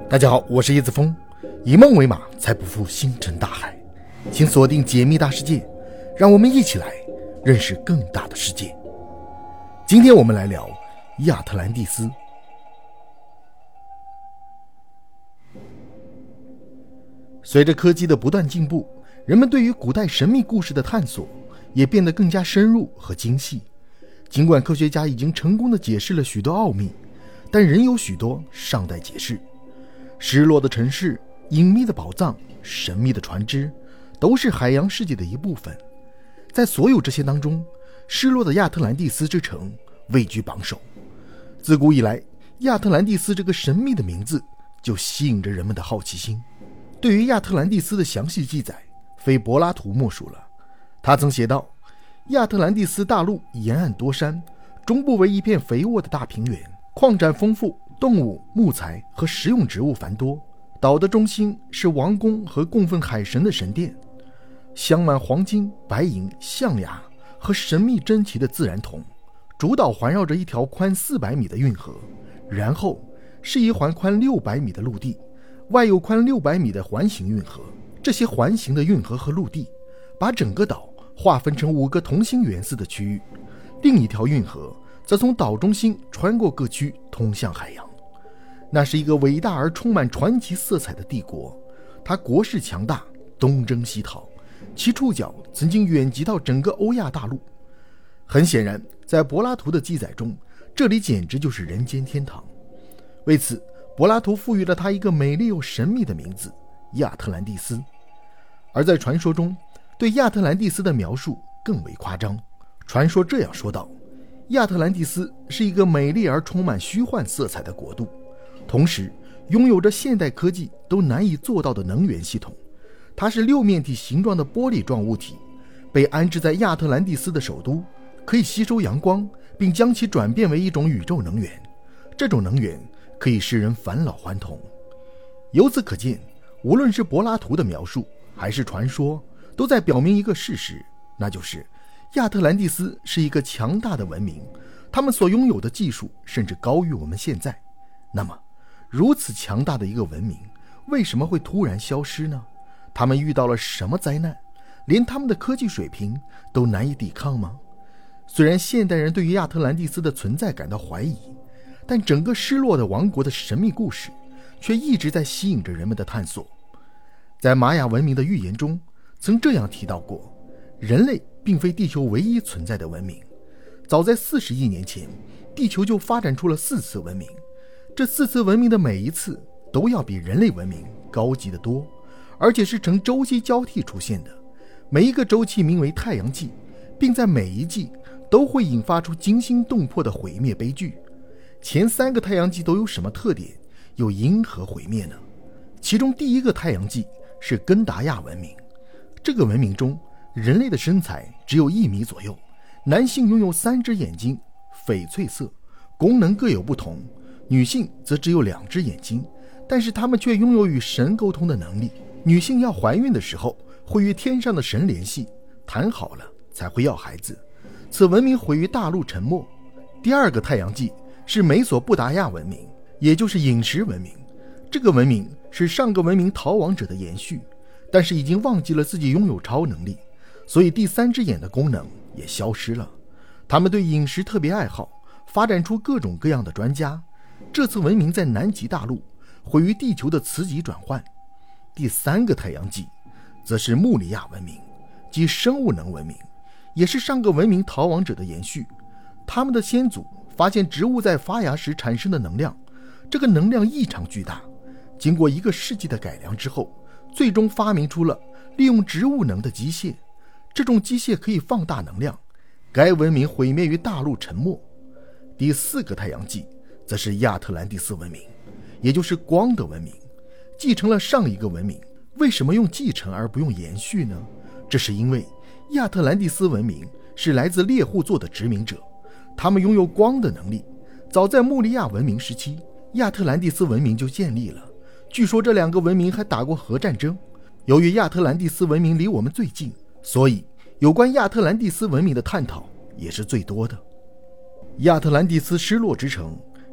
大家好，我是叶子峰，以梦为马，才不负星辰大海。请锁定解密大世界，让我们一起来认识更大的世界。今天我们来聊亚特兰蒂斯。随着科技的不断进步，人们对于古代神秘故事的探索也变得更加深入和精细。尽管科学家已经成功地解释了许多奥秘，但仍有许多尚待解释。失落的城市、隐秘的宝藏、神秘的船只，都是海洋世界的一部分。在所有这些当中，失落的亚特兰蒂斯之城位居榜首。自古以来，亚特兰蒂斯这个神秘的名字就吸引着人们的好奇心。对于亚特兰蒂斯的详细记载，非柏拉图莫属了。他曾写道，亚特兰蒂斯大陆沿岸多山，中部为一片肥沃的大平原，矿产丰富，动物、木材和食用植物繁多。岛的中心是王宫和供奉海神的神殿，镶满黄金、白银、象牙和神秘珍奇的自然铜。主岛环绕着一条宽400米的运河，然后是一环宽600米的陆地，外有宽600米的环形运河。这些环形的运河和陆地把整个岛划分成5个同心圆似的区域，另一条运河则从岛中心穿过各区通向海洋。那是一个伟大而充满传奇色彩的帝国，它国势强大，东征西讨，其触角曾经远及到整个欧亚大陆。很显然，在柏拉图的记载中，这里简直就是人间天堂。为此，柏拉图赋予了它一个美丽又神秘的名字——亚特兰蒂斯。而在传说中，对亚特兰蒂斯的描述更为夸张。传说这样说道，亚特兰蒂斯是一个美丽而充满虚幻色彩的国度，同时拥有着现代科技都难以做到的能源系统。它是6面体形状的玻璃状物体，被安置在亚特兰蒂斯的首都，可以吸收阳光，并将其转变为一种宇宙能源。这种能源可以使人返老还童。由此可见，无论是柏拉图的描述还是传说，都在表明一个事实，那就是亚特兰蒂斯是一个强大的文明，他们所拥有的技术甚至高于我们现在。那么如此强大的一个文明，为什么会突然消失呢？他们遇到了什么灾难？连他们的科技水平都难以抵抗吗？虽然现代人对于亚特兰蒂斯的存在感到怀疑，但整个失落的王国的神秘故事却一直在吸引着人们的探索。在玛雅文明的预言中，曾这样提到过，人类并非地球唯一存在的文明。早在40亿年前，地球就发展出了4次文明，这4次文明的每一次都要比人类文明高级得多，而且是呈周期交替出现的。每一个周期名为太阳纪，并在每一季都会引发出惊心动魄的毁灭悲剧。前3个太阳纪都有什么特点，又因何毁灭呢？其中第1个太阳纪是根达亚文明。这个文明中，人类的身材只有1米左右，男性拥有3只眼睛，翡翠色，功能各有不同；女性则只有2只眼睛，但是她们却拥有与神沟通的能力。女性要怀孕的时候，会与天上的神联系，谈好了才会要孩子。此文明毁于大陆沉没。第2个太阳纪是美索不达亚文明，也就是饮食文明。这个文明是上个文明逃亡者的延续，但是已经忘记了自己拥有超能力，所以第3只眼的功能也消失了。他们对饮食特别爱好，发展出各种各样的专家。这次文明在南极大陆毁于地球的磁极转换。第3个太阳纪则是穆里亚文明，即生物能文明，也是上个文明逃亡者的延续。他们的先祖发现植物在发芽时产生的能量，这个能量异常巨大，经过1个世纪的改良之后，最终发明出了利用植物能的机械。这种机械可以放大能量，该文明毁灭于大陆沉没。第4个太阳纪则是亚特兰蒂斯文明，也就是光的文明，继承了上一个文明。为什么用继承而不用延续呢？这是因为亚特兰蒂斯文明是来自猎户座的殖民者，他们拥有光的能力。早在穆利亚文明时期，亚特兰蒂斯文明就建立了。据说这2个文明还打过核战争。由于亚特兰蒂斯文明离我们最近，所以有关亚特兰蒂斯文明的探讨也是最多的。亚特兰蒂斯失落之城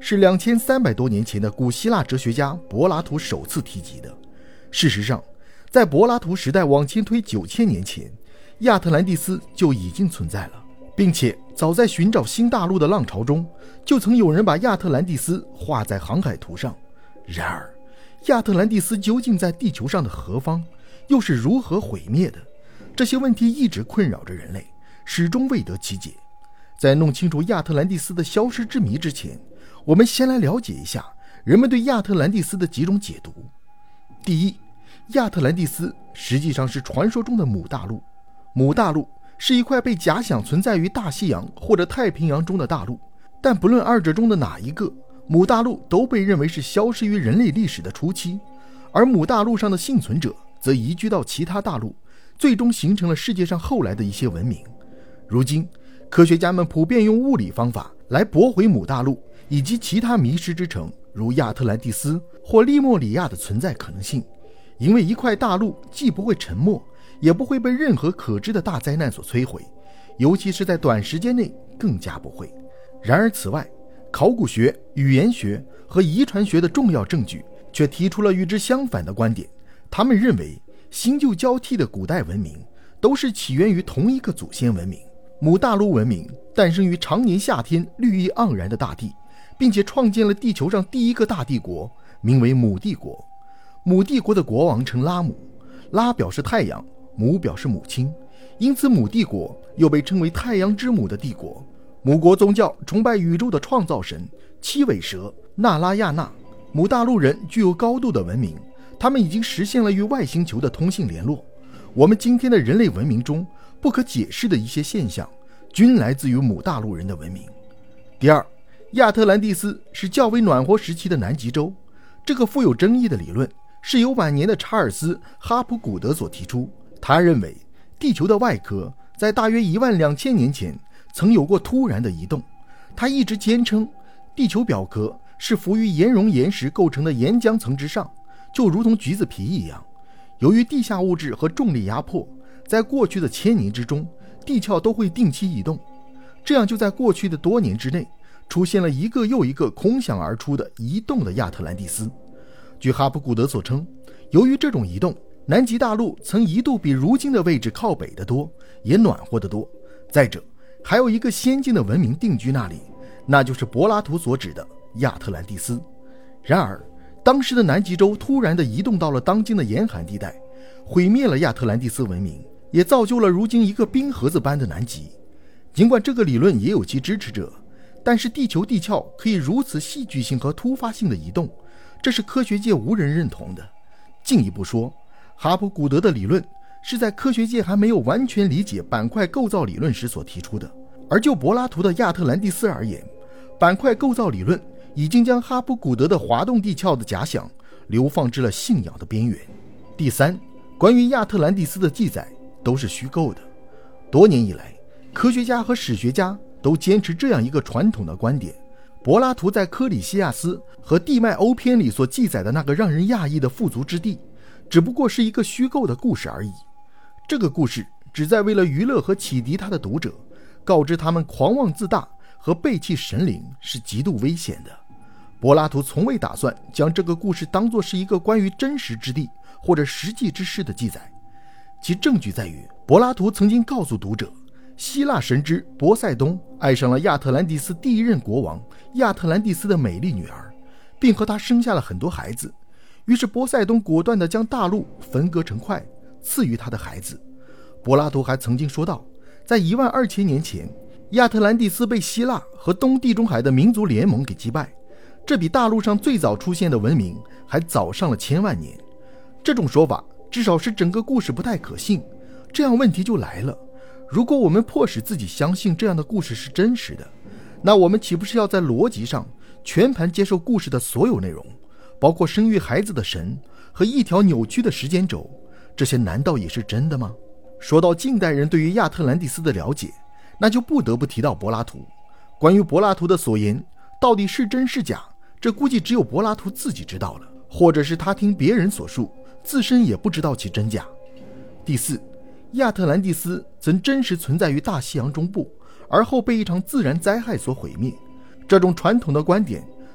是2300多年前的古希腊哲学家柏拉图首次提及的。事实上，在柏拉图时代往前推9000年前，亚特兰蒂斯就已经存在了，并且早在寻找新大陆的浪潮中，就曾有人把亚特兰蒂斯画在航海图上。然而，亚特兰蒂斯究竟在地球上的何方，又是如何毁灭的？这些问题一直困扰着人类，始终未得其解。在弄清楚亚特兰蒂斯的消失之谜之前，我们先来了解一下人们对亚特兰蒂斯的几种解读。第一，亚特兰蒂斯实际上是传说中的母大陆。母大陆是一块被假想存在于大西洋或者太平洋中的大陆，但不论二者中的哪一个，母大陆都被认为是消失于人类历史的初期，而母大陆上的幸存者则移居到其他大陆，最终形成了世界上后来的一些文明。如今，科学家们普遍用物理方法来驳回母大陆以及其他迷失之城，如亚特兰蒂斯或利莫里亚的存在可能性，因为一块大陆既不会沉没，也不会被任何可知的大灾难所摧毁，尤其是在短时间内更加不会。然而此外，考古学、语言学和遗传学的重要证据却提出了与之相反的观点。他们认为新旧交替的古代文明都是起源于同一个祖先文明。母大陆文明诞生于常年夏天绿意盎然的大地，并且创建了地球上第一个大帝国，名为母帝国。母帝国的国王称拉姆，拉表示太阳，母表示母亲，因此母帝国又被称为太阳之母的帝国。母国宗教崇拜宇宙的创造神七尾蛇纳拉亚纳。母大陆人具有高度的文明，他们已经实现了与外星球的通信联络。我们今天的人类文明中不可解释的一些现象，均来自于母大陆人的文明。第二，亚特兰蒂斯是较为暖和时期的南极洲。这个富有争议的理论是由晚年的查尔斯·哈普古德所提出。他认为地球的外壳在大约12000年前曾有过突然的移动。他一直坚称地球表壳是浮于岩溶岩石构成的岩浆层之上，就如同橘子皮一样。由于地下物质和重力压迫，在过去的1000年之中，地壳都会定期移动，这样就在过去的多年之内出现了一个又一个空想而出的移动的亚特兰蒂斯。据哈普古德所称，由于这种移动，南极大陆曾一度比如今的位置靠北得多，也暖和得多。再者，还有一个先进的文明定居那里，那就是柏拉图所指的亚特兰蒂斯。然而，当时的南极洲突然地移动到了当今的严寒地带，毁灭了亚特兰蒂斯文明，也造就了如今一个冰盒子般的南极。尽管这个理论也有其支持者，但是地球地壳可以如此戏剧性和突发性的移动，这是科学界无人认同的。进一步说，哈普古德的理论是在科学界还没有完全理解板块构造理论时所提出的。而就柏拉图的亚特兰蒂斯而言，板块构造理论已经将哈普古德的滑动地壳的假想流放至了信仰的边缘。第三，关于亚特兰蒂斯的记载都是虚构的。多年以来，科学家和史学家都坚持这样一个传统的观点：柏拉图在科里西亚斯和地脉欧篇里所记载的那个让人讶异的富足之地，只不过是一个虚构的故事而已。这个故事旨在为了娱乐和启迪他的读者，告知他们狂妄自大和背弃神灵是极度危险的。柏拉图从未打算将这个故事当作是一个关于真实之地或者实际之事的记载。其证据在于，柏拉图曾经告诉读者，希腊神之波塞冬爱上了亚特兰蒂斯第一任国王亚特兰蒂斯的美丽女儿，并和她生下了很多孩子。于是波塞冬果断地将大陆分割成块，赐予他的孩子。柏拉图还曾经说道，在12000年前，亚特兰蒂斯被希腊和东地中海的民族联盟给击败，这比大陆上最早出现的文明还早上了1000万年。这种说法至少使整个故事不太可信。这样问题就来了，如果我们迫使自己相信这样的故事是真实的，那我们岂不是要在逻辑上全盘接受故事的所有内容，包括生育孩子的神和一条扭曲的时间轴？这些难道也是真的吗？说到近代人对于亚特兰蒂斯的了解，那就不得不提到柏拉图。关于柏拉图的所言到底是真是假，这估计只有柏拉图自己知道了，或者是他听别人所述，自身也不知道其真假。第四，亚特兰蒂斯曾真实存在于大西洋中部，而后被一场自然灾害所毁灭。这种传统的观点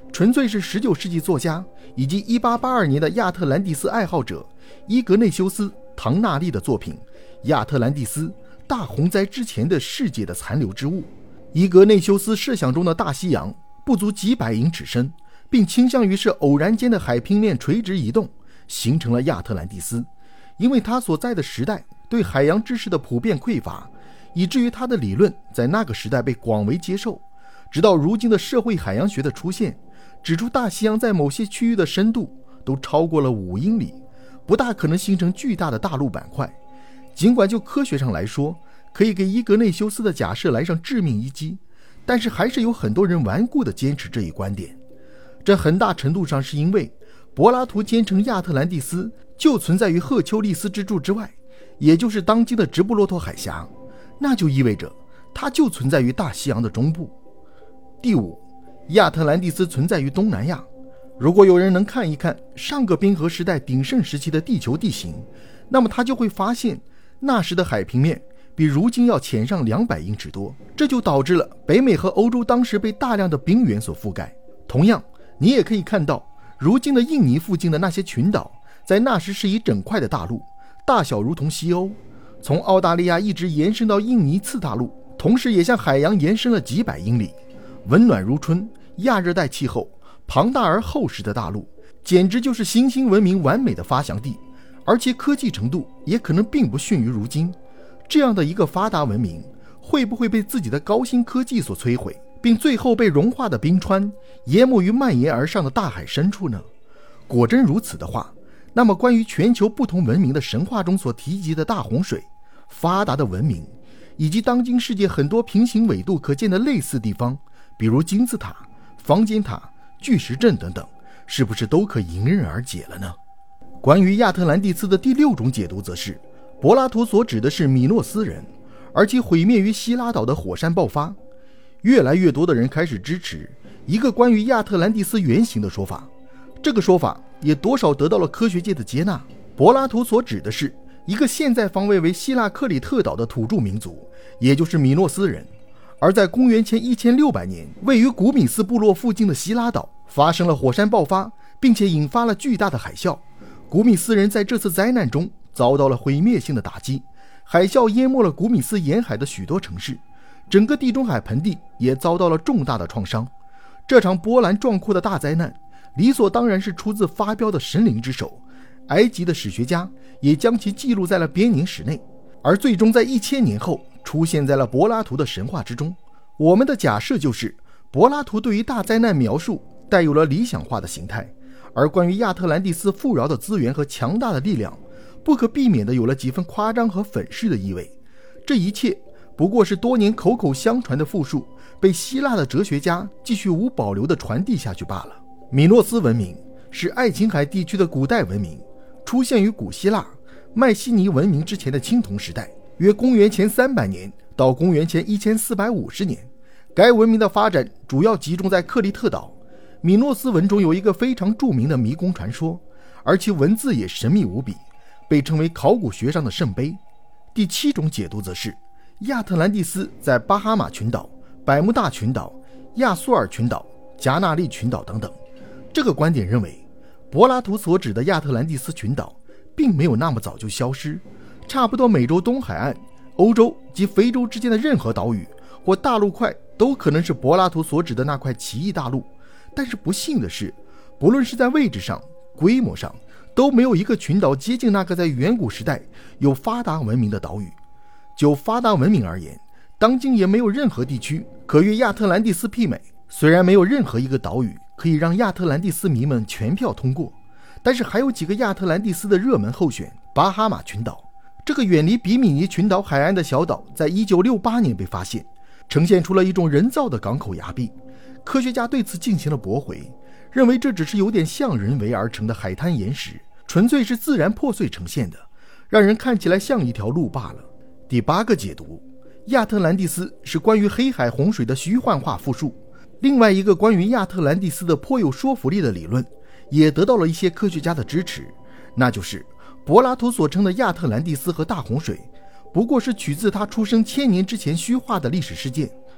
纯粹是19世纪作家以及1882年的亚特兰蒂斯爱好者伊格内修斯·唐纳利的作品《亚特兰蒂斯：大洪灾之前的世界的残留之物》。伊格内修斯设想中的大西洋不足几百英尺深，并倾向于是偶然间的海平面垂直移动形成了亚特兰蒂斯。因为他所在的时代对海洋知识的普遍匮乏，以至于他的理论在那个时代被广为接受。直到如今的社会海洋学的出现，指出大西洋在某些区域的深度都超过了5英里，不大可能形成巨大的大陆板块。尽管就科学上来说，可以给伊格内修斯的假设来上致命一击，但是还是有很多人顽固地坚持这一观点。这很大程度上是因为柏拉图坚称亚特兰蒂斯就存在于赫丘利斯之柱之外，也就是当今的直布罗陀海峡，那就意味着它就存在于大西洋的中部。第5，亚特兰蒂斯存在于东南亚。如果有人能看一看上个冰河时代鼎盛时期的地球地形，那么他就会发现那时的海平面比如今要浅上200英尺多，这就导致了北美和欧洲当时被大量的冰原所覆盖。同样，你也可以看到如今的印尼附近的那些群岛，在那时是一整块的大陆，大小如同西欧，从澳大利亚一直延伸到印尼次大陆，同时也向海洋延伸了几百英里。温暖如春，亚热带气候，庞大而厚实的大陆，简直就是新兴文明完美的发祥地，而且科技程度也可能并不逊于如今。这样的一个发达文明，会不会被自己的高新科技所摧毁，并最后被融化的冰川淹没于蔓延而上的大海深处呢？果真如此的话，那么关于全球不同文明的神话中所提及的大洪水、发达的文明，以及当今世界很多平行纬度可见的类似地方，比如金字塔、方尖塔、巨石阵等等，是不是都可迎刃而解了呢？关于亚特兰蒂斯的第6种解读则是，柏拉图所指的是米诺斯人，而其毁灭于希拉岛的火山爆发。越来越多的人开始支持一个关于亚特兰蒂斯原型的说法，这个说法也多少得到了科学界的接纳。柏拉图所指的是一个现在方位为希腊克里特岛的土著民族，也就是米诺斯人。而在公元前1600年，位于古米斯部落附近的希拉岛发生了火山爆发，并且引发了巨大的海啸。古米斯人在这次灾难中遭到了毁灭性的打击，海啸淹没了古米斯沿海的许多城市，整个地中海盆地也遭到了重大的创伤。这场波澜壮阔的大灾难理所当然是出自发飙的神灵之手，埃及的史学家也将其记录在了编年史内，而最终在1000年后出现在了柏拉图的神话之中。我们的假设就是，柏拉图对于大灾难描述带有了理想化的形态，而关于亚特兰蒂斯富饶的资源和强大的力量，不可避免地有了几分夸张和粉饰的意味。这一切不过是多年口口相传的复述，被希腊的哲学家继续无保留地传递下去罢了。米诺斯文明是爱琴海地区的古代文明，出现于古希腊迈锡尼文明之前的青铜时代，约公元前300年到公元前1450年。该文明的发展主要集中在克里特岛。米诺斯文中有一个非常著名的迷宫传说，而其文字也神秘无比，被称为考古学上的圣杯。第7种解读则是，亚特兰蒂斯在巴哈马群岛、百慕大群岛、亚速尔群岛、加纳利群岛等等。这个观点认为，柏拉图所指的亚特兰蒂斯群岛并没有那么早就消失，差不多美洲东海岸、欧洲及非洲之间的任何岛屿或大陆块都可能是柏拉图所指的那块奇异大陆。但是不幸的是，不论是在位置上、规模上，都没有一个群岛接近那个在远古时代有发达文明的岛屿。就发达文明而言，当今也没有任何地区可与亚特兰蒂斯媲美。虽然没有任何一个岛屿可以让亚特兰蒂斯迷们全票通过，但是还有几个亚特兰蒂斯的热门候选。巴哈马群岛，这个远离比米尼群岛海岸的小岛，在1968年被发现，呈现出了一种人造的港口崖壁。科学家对此进行了驳回，认为这只是有点像人为而成的海滩岩石，纯粹是自然破碎呈现的，让人看起来像一条路罢了。第8个解读，亚特兰蒂斯是关于黑海洪水的虚幻化复述。另外一个关于亚特兰蒂斯的颇有说服力的理论，也得到了一些科学家的支持，那就是柏拉图所称的亚特兰蒂斯和大洪水，不过是取自他出生1000年之前虚化的历史事件。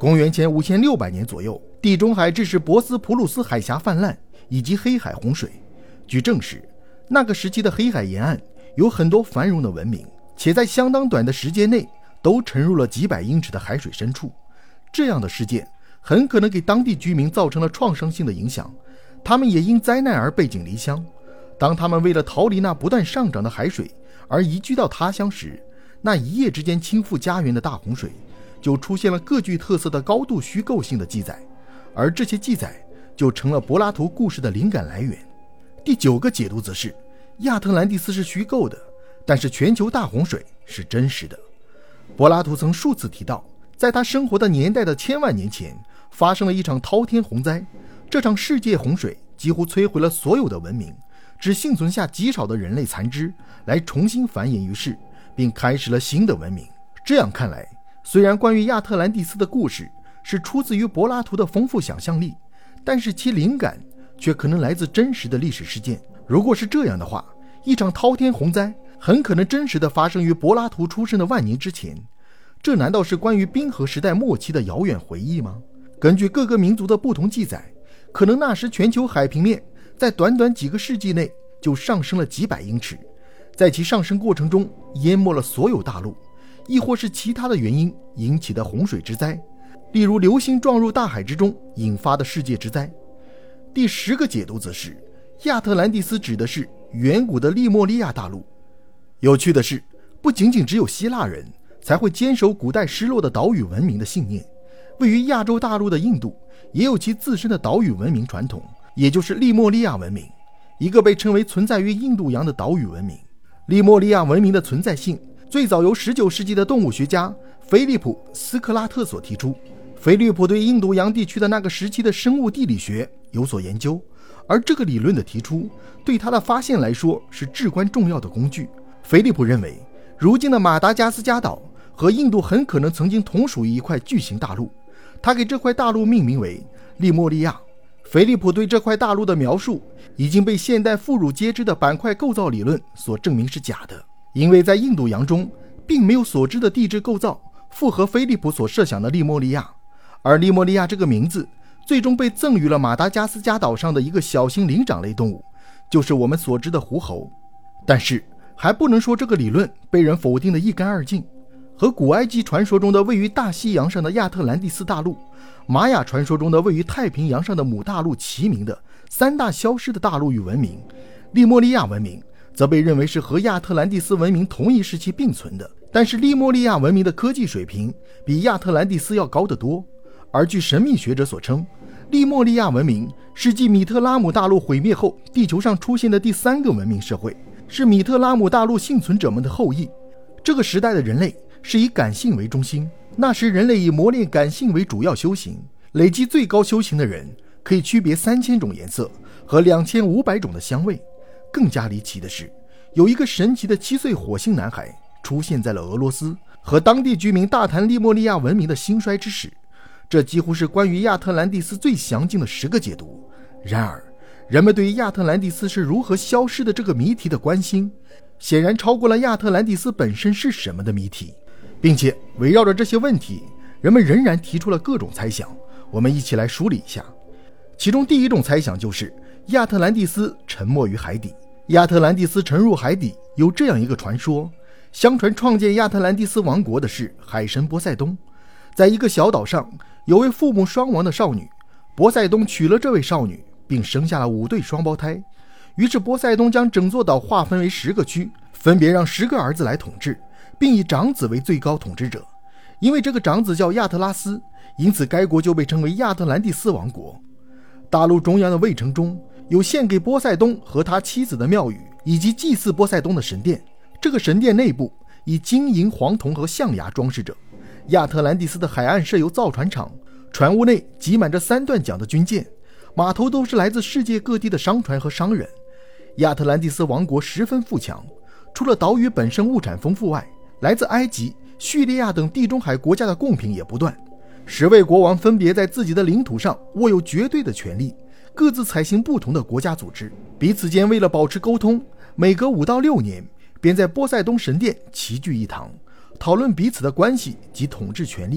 公元前5600年左右，地中海致使博斯普鲁斯海峡泛滥以及黑海洪水。据证实，那个时期的黑海沿岸有很多繁荣的文明，且在相当短的时间内都沉入了几百英尺的海水深处。这样的事件很可能给当地居民造成了创伤性的影响，他们也因灾难而背井离乡。当他们为了逃离那不断上涨的海水而移居到他乡时，那一夜之间倾覆家园的大洪水就出现了各具特色的高度虚构性的记载，而这些记载就成了柏拉图故事的灵感来源。第9个解读则是亚特兰蒂斯是虚构的，但是全球大洪水是真实的。柏拉图曾数次提到，在他生活的年代的千万年前发生了一场滔天洪灾，这场世界洪水几乎摧毁了所有的文明，只幸存下极少的人类残肢来重新繁衍于世，并开始了新的文明。这样看来，虽然关于亚特兰蒂斯的故事是出自于柏拉图的丰富想象力，但是其灵感却可能来自真实的历史事件。如果是这样的话，一场滔天洪灾很可能真实的发生于柏拉图出生的万年之前。这难道是关于冰河时代末期的遥远回忆吗？根据各个民族的不同记载，可能那时全球海平面在短短几个世纪内就上升了几百英尺，在其上升过程中淹没了所有大陆，亦或是其他的原因引起的洪水之灾，例如流星撞入大海之中引发的世界之灾。第10个解读则是亚特兰蒂斯指的是远古的利莫利亚大陆。有趣的是，不仅仅只有希腊人才会坚守古代失落的岛屿文明的信念，位于亚洲大陆的印度也有其自身的岛屿文明传统，也就是利莫利亚文明，一个被称为存在于印度洋的岛屿文明。利莫利亚文明的存在性最早由19世纪的动物学家菲利普·斯克拉特所提出。菲利普对印度洋地区的那个时期的生物地理学有所研究，而这个理论的提出对他的发现来说是至关重要的工具。菲利普认为，如今的马达加斯加岛和印度很可能曾经同属于一块巨型大陆，他给这块大陆命名为利莫利亚。菲利普对这块大陆的描述已经被现代妇孺皆知的板块构造理论所证明是假的，因为在印度洋中并没有所知的地质构造符合菲利普所设想的利莫利亚，而利莫利亚这个名字最终被赠予了马达加斯加岛上的一个小型灵长类动物，就是我们所知的狐猴。但是还不能说这个理论被人否定的一干二净。和古埃及传说中的位于大西洋上的亚特兰蒂斯大陆，玛雅传说中的位于太平洋上的母大陆齐名的3大消失的大陆与文明，利莫利亚文明则被认为是和亚特兰蒂斯文明同一时期并存的。但是利莫利亚文明的科技水平比亚特兰蒂斯要高得多，而据神秘学者所称，利莫利亚文明是继米特拉姆大陆毁灭后地球上出现的第3个文明社会，是米特拉姆大陆幸存者们的后裔。这个时代的人类是以感性为中心，那时人类以磨练感性为主要修行，累积最高修行的人可以区别3000种颜色和2500种的香味。更加离奇的是，有一个神奇的7岁火星男孩出现在了俄罗斯，和当地居民大谈利莫利亚文明的兴衰之史。这几乎是关于亚特兰蒂斯最详尽的10个解读。然而人们对于亚特兰蒂斯是如何消失的这个谜题的关心，显然超过了亚特兰蒂斯本身是什么的谜题，并且围绕着这些问题，人们仍然提出了各种猜想。我们一起来梳理一下。其中第一种猜想就是亚特兰蒂斯沉没于海底。亚特兰蒂斯沉入海底有这样一个传说，相传创建亚特兰蒂斯王国的是海神波塞冬。在一个小岛上有位父母双亡的少女，波塞冬娶了这位少女，并生下了5对双胞胎。于是波塞冬将整座岛划分为10个区，分别让10个儿子来统治，并以长子为最高统治者。因为这个长子叫亚特拉斯，因此该国就被称为亚特兰蒂斯王国。大陆中央的卫城中有献给波塞冬和他妻子的庙宇，以及祭祀波塞冬的神殿。这个神殿内部以金银黄铜和象牙装饰着。亚特兰蒂斯的海岸设有造船厂，船坞内挤满着3段桨的军舰，码头都是来自世界各地的商船和商人。亚特兰蒂斯王国十分富强，除了岛屿本身物产丰富外，来自埃及、叙利亚等地中海国家的贡品也不断。10位国王分别在自己的领土上握有绝对的权力，各自采行不同的国家组织，彼此间为了保持沟通，每隔5到6年便在波塞冬神殿齐聚一堂，讨论彼此的关系及统治权力。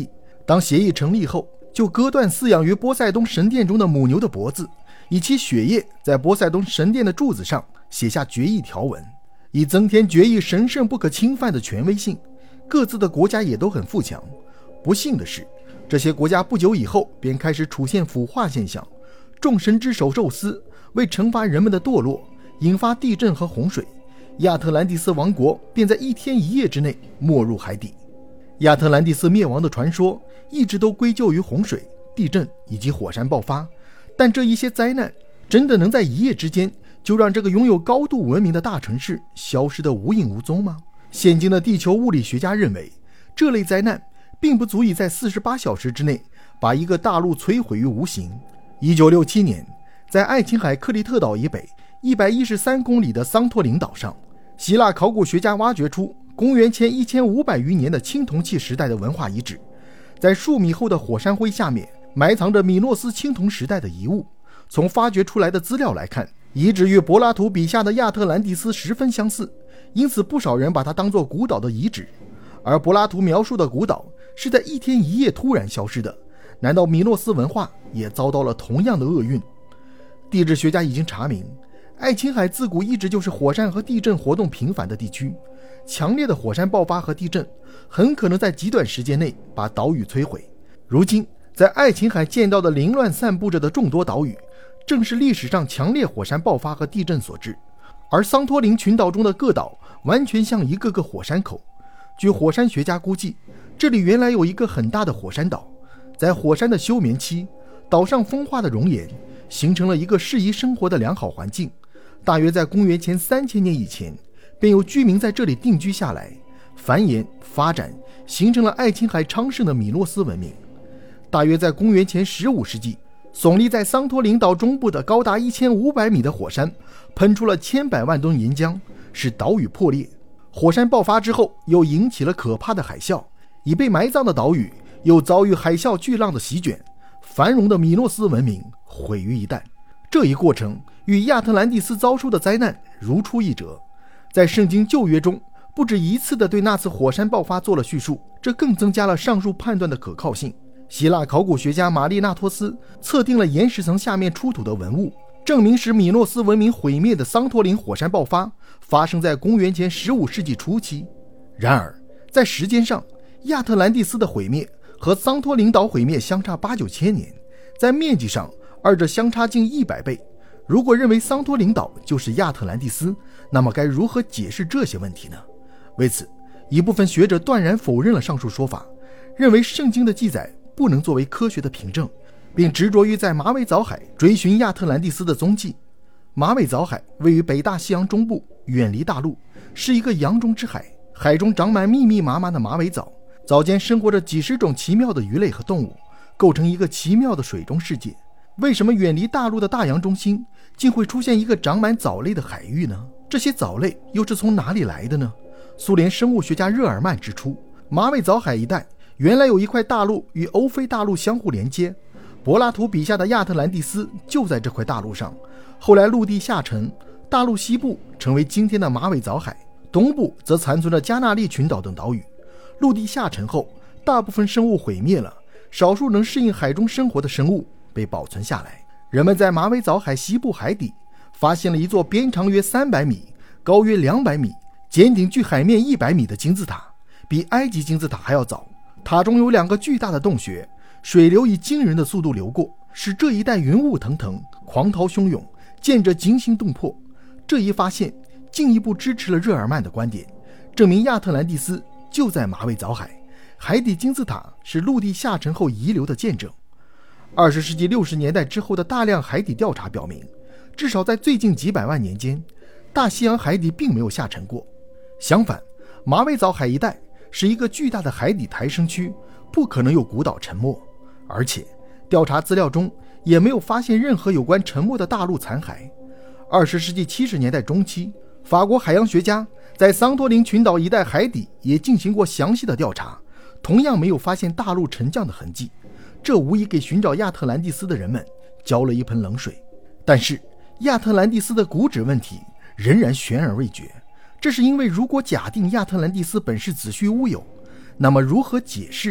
当协议成立后，就割断饲养于波塞冬神殿中的母牛的脖子，以其血液在波塞冬神殿的柱子上写下决议条文，以增添决议神圣不可侵犯的权威性。各自的国家也都很富强。不幸的是，这些国家不久以后便开始出现腐化现象，众神之首宙斯为惩罚人们的堕落，引发地震和洪水，亚特兰蒂斯王国便在1天1夜之内没入海底。亚特兰蒂斯灭亡的传说一直都归咎于洪水、地震以及火山爆发，但这一些灾难真的能在1夜之间就让这个拥有高度文明的大城市消失得无影无踪吗？现今的地球物理学家认为，这类灾难并不足以在48小时之内把一个大陆摧毁于无形。1967年，在爱琴海克里特岛以北113公里的桑托林岛上，希腊考古学家挖掘出公元前1500余年的青铜器时代的文化遗址，在数米厚的火山灰下面埋藏着米诺斯青铜时代的遗物。从发掘出来的资料来看，遗址与柏拉图笔下的亚特兰蒂斯十分相似，因此不少人把它当作古岛的遗址。而柏拉图描述的古岛是在1天1夜突然消失的，难道米诺斯文化也遭到了同样的厄运？地质学家已经查明，爱琴海自古一直就是火山和地震活动频繁的地区，强烈的火山爆发和地震很可能在极短时间内把岛屿摧毁。如今在爱琴海见到的凌乱散布着的众多岛屿，正是历史上强烈火山爆发和地震所致。而桑托林群岛中的各岛完全像一个个火山口，据火山学家估计，这里原来有一个很大的火山岛，在火山的休眠期，岛上风化的熔岩形成了一个适宜生活的良好环境。大约在公元前3000年以前，便有居民在这里定居下来，繁衍发展，形成了爱琴海昌盛的米诺斯文明。大约在公元前15世纪，耸立在桑托林岛中部的高达1500米的火山喷出了千百万吨岩浆，使岛屿破裂。火山爆发之后，又引起了可怕的海啸，已被埋葬的岛屿又遭遇海啸巨浪的席卷，繁荣的米诺斯文明毁于一旦。这一过程与亚特兰蒂斯遭受的灾难如出一辙，在圣经旧约中不止一次地对那次火山爆发做了叙述，这更增加了上述判断的可靠性。希腊考古学家玛丽纳托斯测定了岩石层下面出土的文物，证明使米诺斯文明毁灭的桑托林火山爆发发生在公元前15世纪初期。然而在时间上，亚特兰蒂斯的毁灭和桑托林岛毁灭相差8-9千年，在面积上二者相差近100倍。如果认为桑托林岛就是亚特兰蒂斯，那么该如何解释这些问题呢？为此，一部分学者断然否认了上述说法，认为圣经的记载不能作为科学的凭证，并执着于在马尾藻海追寻亚特兰蒂斯的踪迹。马尾藻海位于北大西洋中部，远离大陆，是一个洋中之海，海中长满密密麻麻的马尾藻，藻间生活着几十种奇妙的鱼类和动物，构成一个奇妙的水中世界。为什么远离大陆的大洋中心竟会出现一个长满藻类的海域呢？这些藻类又是从哪里来的呢？苏联生物学家热尔曼指出，马尾藻海一带原来有一块大陆与欧非大陆相互连接，柏拉图笔下的亚特兰蒂斯就在这块大陆上，后来陆地下沉，大陆西部成为今天的马尾藻海，东部则残存着加纳利群岛等岛屿。陆地下沉后，大部分生物毁灭了，少数能适应海中生活的生物被保存下来。人们在马尾藻海西部海底发现了一座边长约300米、高约200米、尖顶距海面100米的金字塔，比埃及金字塔还要早。塔中有2个巨大的洞穴，水流以惊人的速度流过，使这一带云雾腾腾，狂涛汹涌，见着惊心动魄。这一发现进一步支持了热尔曼的观点，证明亚特兰蒂斯就在马尾藻海，海底金字塔是陆地下沉后遗留的见证。20世纪60年代之后的大量海底调查表明，至少在最近几百万年间，大西洋海底并没有下沉过。相反，马尾藻海一带是一个巨大的海底抬升区，不可能有古岛沉没，而且调查资料中也没有发现任何有关沉没的大陆残骸。20世纪70年代中期，法国海洋学家在桑托林群岛一带海底也进行过详细的调查，同样没有发现大陆沉降的痕迹，这无疑给寻找亚特兰蒂斯的人们浇了一盆冷水。但是亚特兰蒂斯的古址问题仍然悬而未决，这是因为如果假定亚特兰蒂斯本是子虚乌有，那么如何解释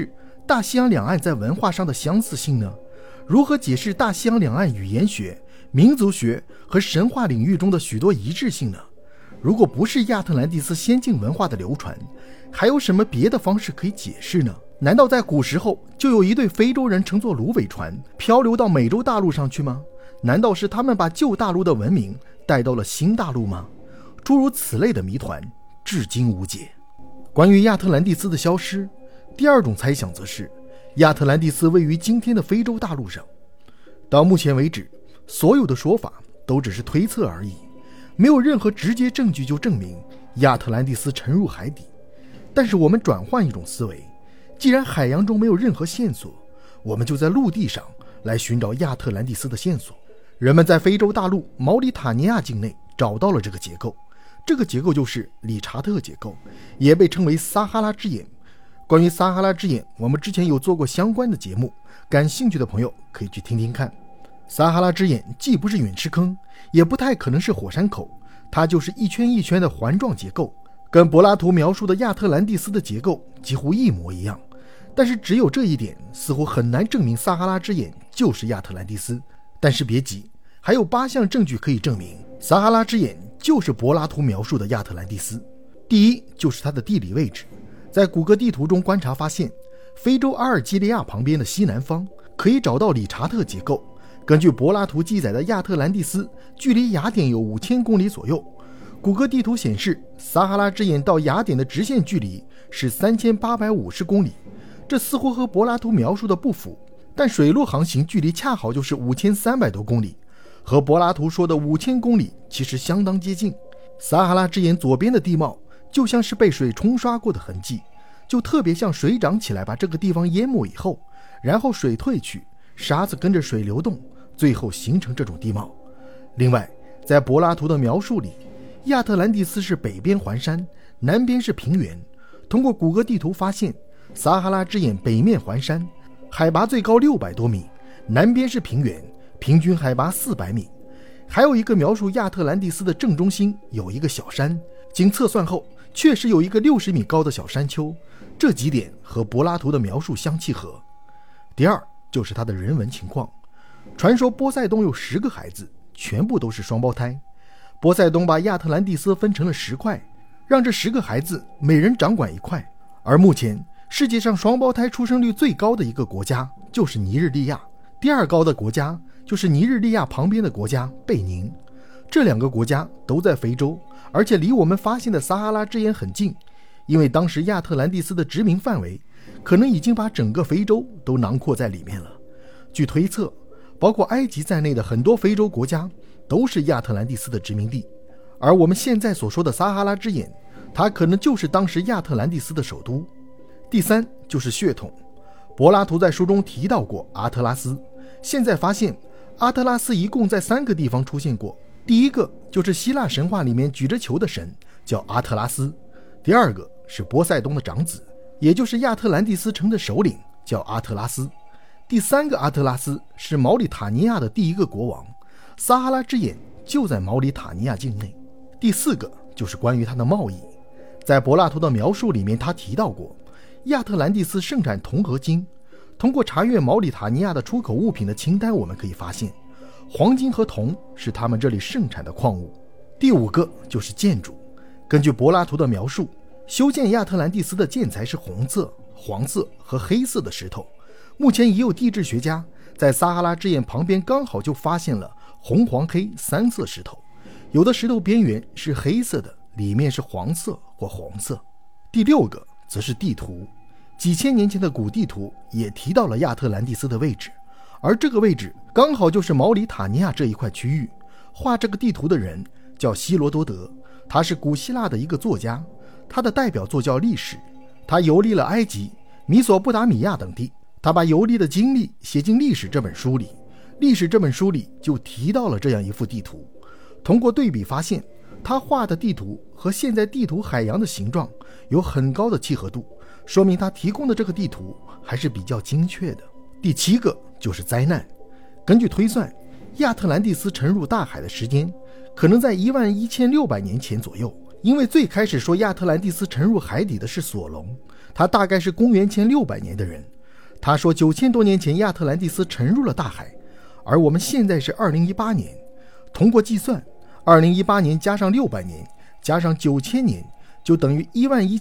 大西洋两岸在文化上的相似性呢？如何解释大西洋两岸语言学、民族学和神话领域中的许多一致性呢？如果不是亚特兰蒂斯先进文化的流传，还有什么别的方式可以解释呢？难道在古时候就有一对非洲人乘坐芦苇船漂流到美洲大陆上去吗？难道是他们把旧大陆的文明带到了新大陆吗？诸如此类的谜团至今无解。关于亚特兰蒂斯的消失，第二种猜想则是亚特兰蒂斯位于今天的非洲大陆上。到目前为止，所有的说法都只是推测而已，没有任何直接证据就证明亚特兰蒂斯沉入海底。但是我们转换一种思维，既然海洋中没有任何线索，我们就在陆地上来寻找亚特兰蒂斯的线索。人们在非洲大陆毛里塔尼亚境内找到了这个结构，这个结构就是理查特结构，也被称为撒哈拉之眼。关于撒哈拉之眼，我们之前有做过相关的节目，感兴趣的朋友可以去听听看。撒哈拉之眼既不是陨石坑，也不太可能是火山口，它就是一圈一圈的环状结构，跟柏拉图描述的亚特兰蒂斯的结构几乎一模一样。但是只有这一点似乎很难证明撒哈拉之眼就是亚特兰蒂斯。但是别急，还有8项证据可以证明撒哈拉之眼就是柏拉图描述的亚特兰蒂斯。第一，就是它的地理位置。在谷歌地图中观察发现，非洲阿尔及利亚旁边的西南方可以找到理查特结构。根据柏拉图记载的亚特兰蒂斯距离雅典有5000公里左右，谷歌地图显示撒哈拉之眼到雅典的直线距离是3850公里，这似乎和柏拉图描述的不符，但水路航行距离恰好就是5300多公里，和柏拉图说的5000公里其实相当接近。撒哈拉之眼左边的地貌就像是被水冲刷过的痕迹，就特别像水涨起来把这个地方淹没以后，然后水退去，沙子跟着水流动，最后形成这种地貌。另外，在柏拉图的描述里，亚特兰蒂斯是北边环山，南边是平原。通过谷歌地图发现，撒哈拉之眼北面环山，海拔最高600多米，南边是平原，平均海拔400米。还有一个描述亚特兰蒂斯的正中心有一个小山，经测算后确实有一个60米高的小山丘，这几点和柏拉图的描述相契合。第二，就是他的人文情况。传说波塞冬有10个孩子，全部都是双胞胎。波塞冬把亚特兰蒂斯分成了10块，让这10个孩子每人掌管1块。而目前世界上双胞胎出生率最高的一个国家就是尼日利亚，第二高的国家就是尼日利亚旁边的国家贝宁。这2个国家都在非洲，而且离我们发现的撒哈拉之眼很近，因为当时亚特兰蒂斯的殖民范围可能已经把整个非洲都囊括在里面了。据推测，包括埃及在内的很多非洲国家都是亚特兰蒂斯的殖民地。而我们现在所说的撒哈拉之眼，它可能就是当时亚特兰蒂斯的首都。第三，就是血统。柏拉图在书中提到过阿特拉斯，现在发现阿特拉斯一共在3个地方出现过。第一个就是希腊神话里面举着球的神，叫阿特拉斯。第二个是波塞冬的长子，也就是亚特兰蒂斯城的首领，叫阿特拉斯。第3个阿特拉斯是毛里塔尼亚的第1个国王，撒哈拉之眼就在毛里塔尼亚境内。第4个就是关于他的贸易。在柏拉图的描述里面，他提到过亚特兰蒂斯盛产铜和金。通过查阅毛里塔尼亚的出口物品的清单，我们可以发现黄金和铜是他们这里盛产的矿物。第5个就是建筑。根据柏拉图的描述，修建亚特兰蒂斯的建材是红色、黄色和黑色的石头。目前也有地质学家在撒哈拉之眼旁边刚好就发现了红、黄、黑3色石头，有的石头边缘是黑色的，里面是黄色或红色。第6个则是地图。几千年前的古地图也提到了亚特兰蒂斯的位置，而这个位置刚好就是毛里塔尼亚这一块区域。画这个地图的人叫希罗多德，他是古希腊的一个作家，他的代表作叫《历史》。他游历了埃及、米索不达米亚等地，他把游历的经历写进《历史》这本书里。《历史》这本书里就提到了这样一幅地图。通过对比发现，他画的地图和现在地图海洋的形状有很高的契合度，说明他提供的这个地图还是比较精确的。第7个就是灾难。根据推算，亚特兰蒂斯沉入大海的时间可能在11600年前左右，因为最开始说亚特兰蒂斯沉入海底的是索隆，他大概是公元前600年的人。 他说9000多年前亚特兰蒂斯沉入了大海，而我们现在是2018年，通过计算，2018年加上600年加上9000年就等于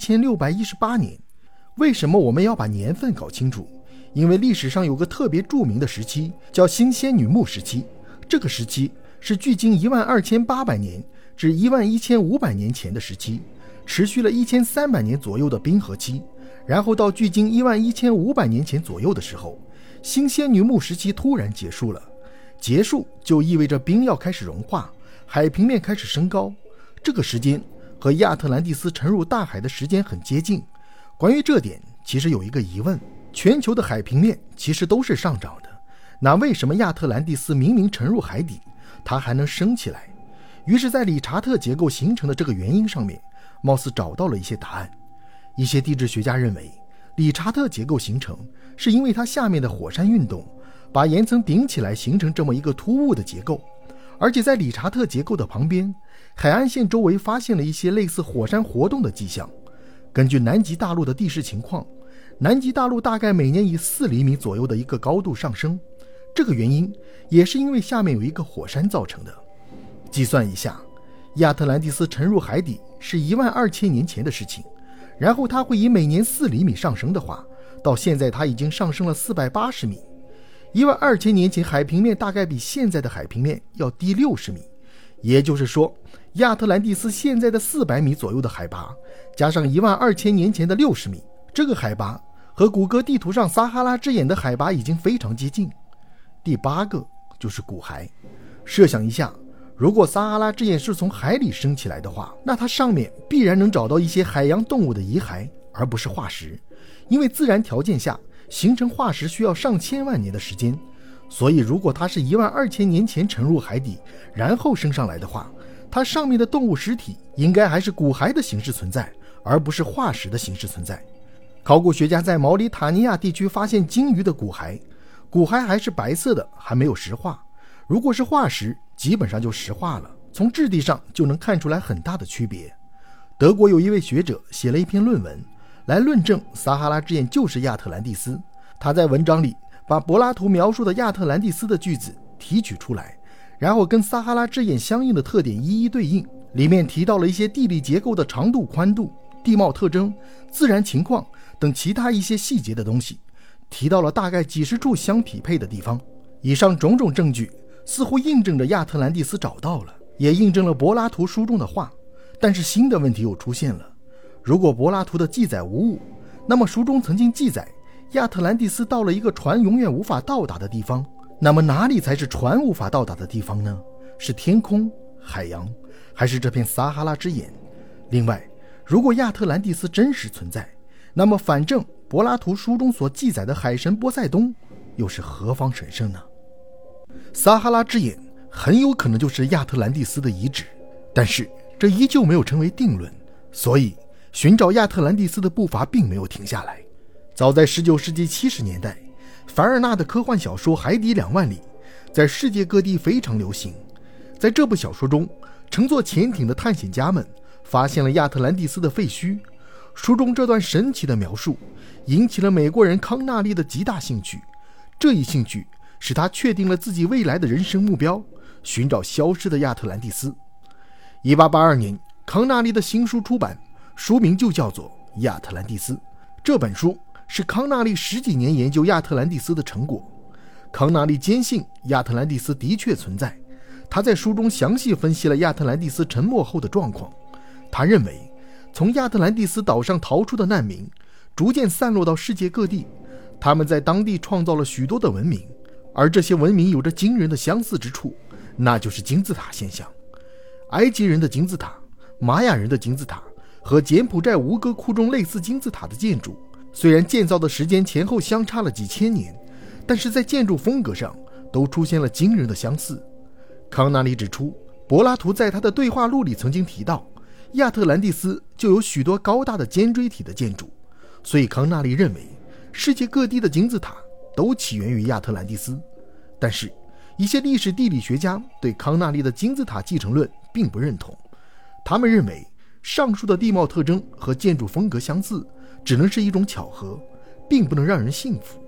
11618年。为什么我们要把年份搞清楚？因为历史上有个特别著名的时期叫新仙女木时期，这个时期是距今12800年至11500年前的时期，持续了1300年左右的冰河期，然后到距今11500年前左右的时候，新仙女木时期突然结束了。结束就意味着冰要开始融化，海平面开始升高，这个时间和亚特兰蒂斯沉入大海的时间很接近。关于这点，其实有一个疑问，全球的海平面其实都是上涨的，那为什么亚特兰蒂斯明明沉入海底，它还能升起来？于是在理查特结构形成的这个原因上面，貌似找到了一些答案。一些地质学家认为，理查特结构形成是因为它下面的火山运动把岩层顶起来，形成这么一个突兀的结构，而且在理查特结构的旁边，海岸线周围发现了一些类似火山活动的迹象。根据南极大陆的地势情况，南极大陆大概每年以4厘米左右的一个高度上升，这个原因也是因为下面有一个火山造成的。计算一下，亚特兰蒂斯沉入海底是12000年前的事情，然后它会以每年4厘米上升的话，到现在它已经上升了480米。12000年前海平面大概比现在的海平面要低60米，也就是说，亚特兰蒂斯现在的400米左右的海拔，加上12000年前的60米，这个海拔和谷歌地图上撒哈拉之眼的海拔已经非常接近。第8个就是骨骸。设想一下，如果撒哈拉之眼是从海里升起来的话，那它上面必然能找到一些海洋动物的遗骸，而不是化石。因为自然条件下形成化石需要上千万年的时间，所以如果它是12000年前沉入海底然后升上来的话，它上面的动物尸体应该还是骨骸的形式存在，而不是化石的形式存在。考古学家在毛里塔尼亚地区发现鲸鱼的骨骸，骨骸还是白色的，还没有石化。如果是化石，基本上就石化了，从质地上就能看出来很大的区别。德国有一位学者写了一篇论文来论证撒哈拉之眼就是亚特兰蒂斯。他在文章里把柏拉图描述的亚特兰蒂斯的句子提取出来，然后跟撒哈拉之眼相应的特点一一对应，里面提到了一些地理结构的长度、宽度、地貌特征、自然情况等其他一些细节的东西，提到了大概几十处相匹配的地方。以上种种证据似乎印证着亚特兰蒂斯找到了，也印证了柏拉图书中的话。但是新的问题又出现了，如果柏拉图的记载无误，那么书中曾经记载亚特兰蒂斯到了一个船永远无法到达的地方，那么哪里才是船无法到达的地方呢？是天空、海洋，还是这片撒哈拉之眼？另外，如果亚特兰蒂斯真实存在，那么反正柏拉图书中所记载的海神波塞冬又是何方神圣呢？撒哈拉之眼很有可能就是亚特兰蒂斯的遗址，但是这依旧没有成为定论，所以寻找亚特兰蒂斯的步伐并没有停下来。早在19世纪70年代，凡尔纳的科幻小说《海底2万里》在世界各地非常流行。在这部小说中，乘坐潜艇的探险家们发现了亚特兰蒂斯的废墟。书中这段神奇的描述引起了美国人康纳利的极大兴趣，这一兴趣使他确定了自己未来的人生目标，寻找消失的亚特兰蒂斯。1882年，康纳利的新书出版，书名就叫做《亚特兰蒂斯》。这本书是康纳利10几年研究亚特兰蒂斯的成果。康纳利坚信亚特兰蒂斯的确存在，他在书中详细分析了亚特兰蒂斯沉没后的状况。他认为，从亚特兰蒂斯岛上逃出的难民逐渐散落到世界各地，他们在当地创造了许多的文明，而这些文明有着惊人的相似之处，那就是金字塔现象。埃及人的金字塔、玛雅人的金字塔和柬埔寨吴哥窟中类似金字塔的建筑，虽然建造的时间前后相差了几千年，但是在建筑风格上都出现了惊人的相似。康纳利指出，柏拉图在他的对话录里曾经提到，亚特兰蒂斯就有许多高大的尖锥体的建筑，所以康纳利认为世界各地的金字塔都起源于亚特兰蒂斯。但是一些历史地理学家对康纳利的金字塔继承论并不认同，他们认为上述的地貌特征和建筑风格相似只能是一种巧合，并不能让人信服。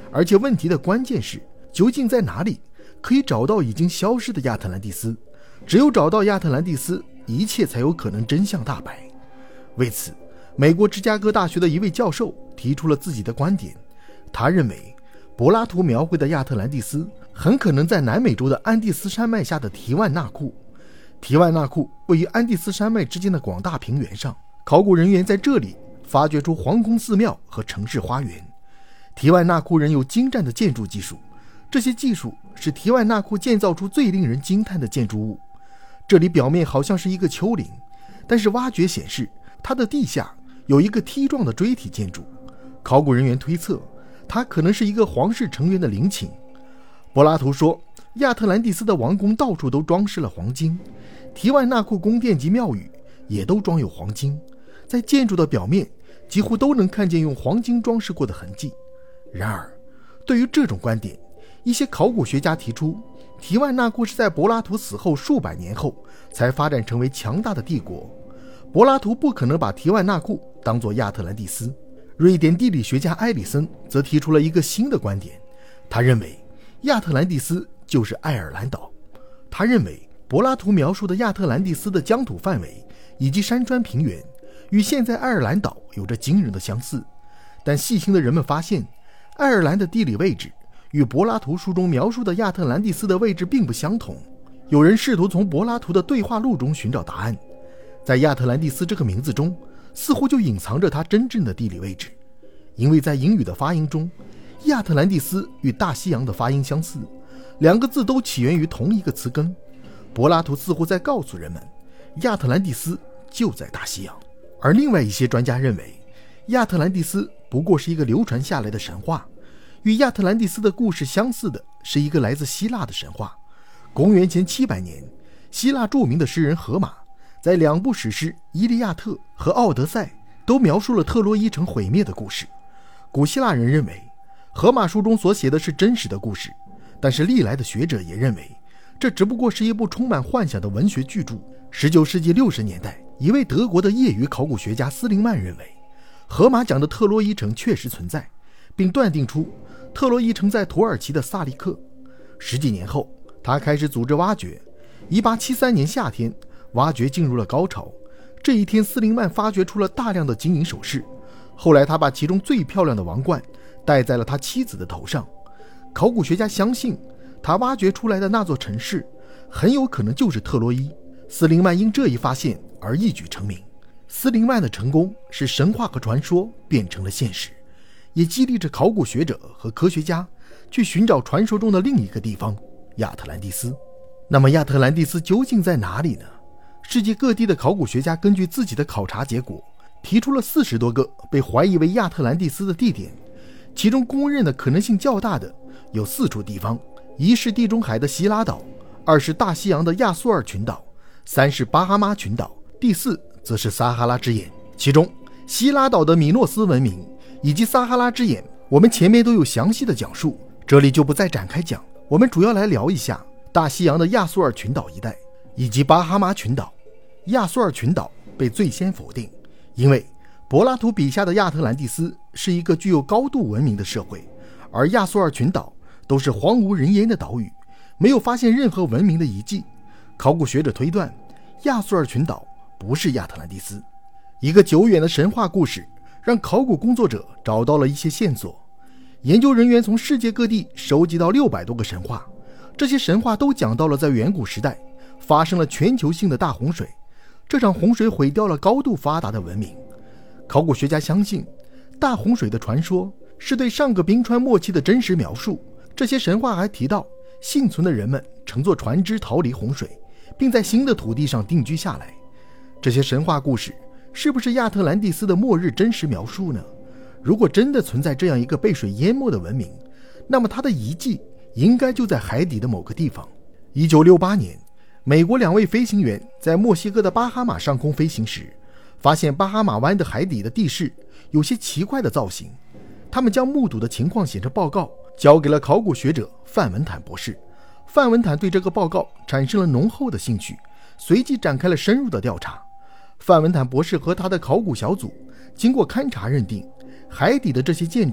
而且问题的关键是，究竟在哪里可以找到已经消失的亚特兰蒂斯？只有找到亚特兰蒂斯，一切才有可能真相大白。为此，美国芝加哥大学的一位教授提出了自己的观点。他认为，柏拉图描绘的亚特兰蒂斯很可能在南美洲的安第斯山脉下的提万纳库。提万纳库位于安第斯山脉之间的广大平原上，考古人员在这里发掘出皇宫寺庙和城市花园。提万纳库人有精湛的建筑技术，这些技术使提万纳库建造出最令人惊叹的建筑物。这里表面好像是一个丘陵，但是挖掘显示它的地下有一个梯状的锥体建筑。考古人员推测，它可能是一个皇室成员的陵寝。柏拉图说，亚特兰蒂斯的王宫到处都装饰了黄金，提万纳库宫殿及庙宇也都装有黄金，在建筑的表面几乎都能看见用黄金装饰过的痕迹。然而，对于这种观点，一些考古学家提出，提万纳库是在柏拉图死后数百年后才发展成为强大的帝国。柏拉图不可能把提万纳库当作亚特兰蒂斯。瑞典地理学家埃里森则提出了一个新的观点，他认为亚特兰蒂斯就是爱尔兰岛。他认为柏拉图描述的亚特兰蒂斯的疆土范围以及山川平原与现在爱尔兰岛有着惊人的相似，但细心的人们发现，爱尔兰的地理位置与柏拉图书中描述的亚特兰蒂斯的位置并不相同。有人试图从柏拉图的对话录中寻找答案，在亚特兰蒂斯这个名字中似乎就隐藏着它真正的地理位置，因为在英语的发音中，亚特兰蒂斯与大西洋的发音相似，两个字都起源于同一个词根。柏拉图似乎在告诉人们，亚特兰蒂斯就在大西洋。而另外一些专家认为，亚特兰蒂斯不过是一个流传下来的神话。与亚特兰蒂斯的故事相似的是一个来自希腊的神话。公元前700年，希腊著名的诗人荷马在两部史诗《伊利亚特》和《奥德赛》都描述了特洛伊城毁灭的故事。古希腊人认为荷马书中所写的是真实的故事，但是历来的学者也认为这只不过是一部充满幻想的文学巨著。19世纪60年代，一位德国的业余考古学家斯林曼认为荷马讲的特洛伊城确实存在，并断定出特洛伊城在土耳其的萨利克。10几年后，他开始组织挖掘。1873年夏天，挖掘进入了高潮。这一天，斯林曼发掘出了大量的金银首饰。后来他把其中最漂亮的王冠戴在了他妻子的头上。考古学家相信，他挖掘出来的那座城市很有可能就是特洛伊。斯林曼因这一发现而一举成名。斯林曼的成功使神话和传说变成了现实，也激励着考古学者和科学家去寻找传说中的另一个地方——亚特兰蒂斯。那么亚特兰蒂斯究竟在哪里呢？世界各地的考古学家根据自己的考察结果，提出了40多个被怀疑为亚特兰蒂斯的地点，其中公认的可能性较大的有4处地方：一是地中海的希拉岛，二是大西洋的亚速尔群岛，三是巴哈马群岛，第4则是撒哈拉之眼。其中希拉岛的米诺斯文明以及撒哈拉之眼，我们前面都有详细的讲述，这里就不再展开讲。我们主要来聊一下大西洋的亚速尔群岛一带以及巴哈马群岛。亚速尔群岛被最先否定，因为柏拉图笔下的亚特兰蒂斯是一个具有高度文明的社会，而亚速尔群岛都是荒无人烟的岛屿，没有发现任何文明的遗迹。考古学者推断，亚速尔群岛不是亚特兰蒂斯。一个久远的神话故事让考古工作者找到了一些线索。研究人员从世界各地收集到600多个神话，这些神话都讲到了在远古时代发生了全球性的大洪水，这场洪水毁掉了高度发达的文明。考古学家相信，大洪水的传说是对上个冰川末期的真实描述。这些神话还提到，幸存的人们乘坐船只逃离洪水，并在新的土地上定居下来。这些神话故事是不是亚特兰蒂斯的末日真实描述呢？如果真的存在这样一个被水淹没的文明，那么它的遗迹应该就在海底的某个地方。1968年，美国2位飞行员在墨西哥的巴哈马上空飞行时，发现巴哈马湾的海底的地势有些奇怪的造型。他们将目睹的情况写成报告，交给了考古学者范文坦博士。范文坦对这个报告产生了浓厚的兴趣，随即展开了深入的调查。范文坦博士和他的考古小组经过勘察认定，海底的这些建筑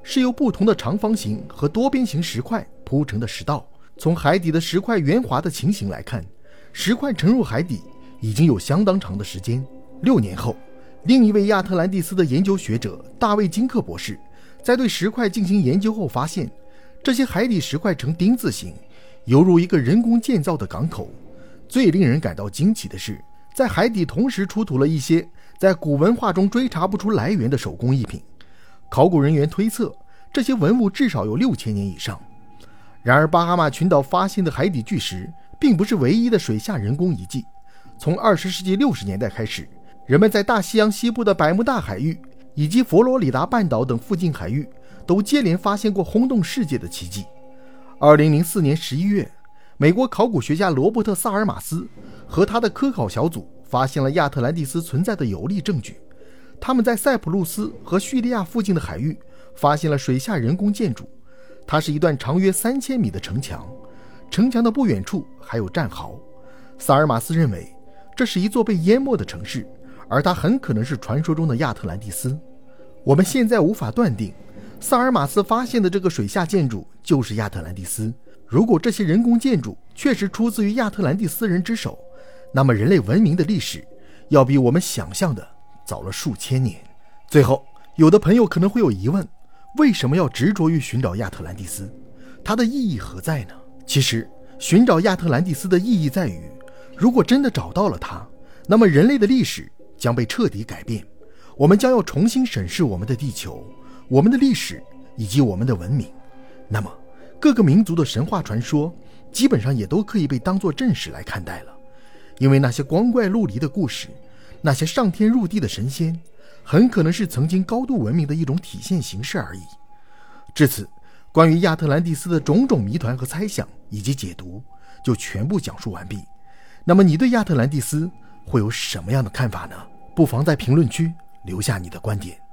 是由不同的长方形和多边形石块铺成的石道。从海底的石块圆滑的情形来看，石块沉入海底已经有相当长的时间。6年后，另一位亚特兰蒂斯的研究学者大卫金克博士在对石块进行研究后发现，这些海底石块呈丁字形，犹如一个人工建造的港口。最令人感到惊奇的是，在海底同时出土了一些在古文化中追查不出来源的手工艺品。考古人员推测，这些文物至少有6000年以上。然而，巴哈马群岛发现的海底巨石并不是唯一的水下人工遗迹。从20世纪60年代开始，人们在大西洋西部的百慕大海域以及佛罗里达半岛等附近海域都接连发现过轰动世界的奇迹。2004年11月，美国考古学家罗伯特·萨尔马斯和他的科考小组发现了亚特兰蒂斯存在的有力证据。他们在塞浦路斯和叙利亚附近的海域发现了水下人工建筑，它是一段长约3000米的城墙，城墙的不远处还有战壕。萨尔马斯认为这是一座被淹没的城市，而它很可能是传说中的亚特兰蒂斯。我们现在无法断定萨尔马斯发现的这个水下建筑就是亚特兰蒂斯。如果这些人工建筑确实出自于亚特兰蒂斯人之手，那么人类文明的历史要比我们想象的早了数千年。最后，有的朋友可能会有疑问，为什么要执着于寻找亚特兰蒂斯？它的意义何在呢？其实，寻找亚特兰蒂斯的意义在于，如果真的找到了它，那么人类的历史将被彻底改变。我们将要重新审视我们的地球、我们的历史以及我们的文明。那么，各个民族的神话传说基本上也都可以被当作正史来看待了，因为那些光怪陆离的故事，那些上天入地的神仙，很可能是曾经高度文明的一种体现形式而已。至此，关于亚特兰蒂斯的种种谜团和猜想以及解读就全部讲述完毕。那么你对亚特兰蒂斯会有什么样的看法呢？不妨在评论区留下你的观点。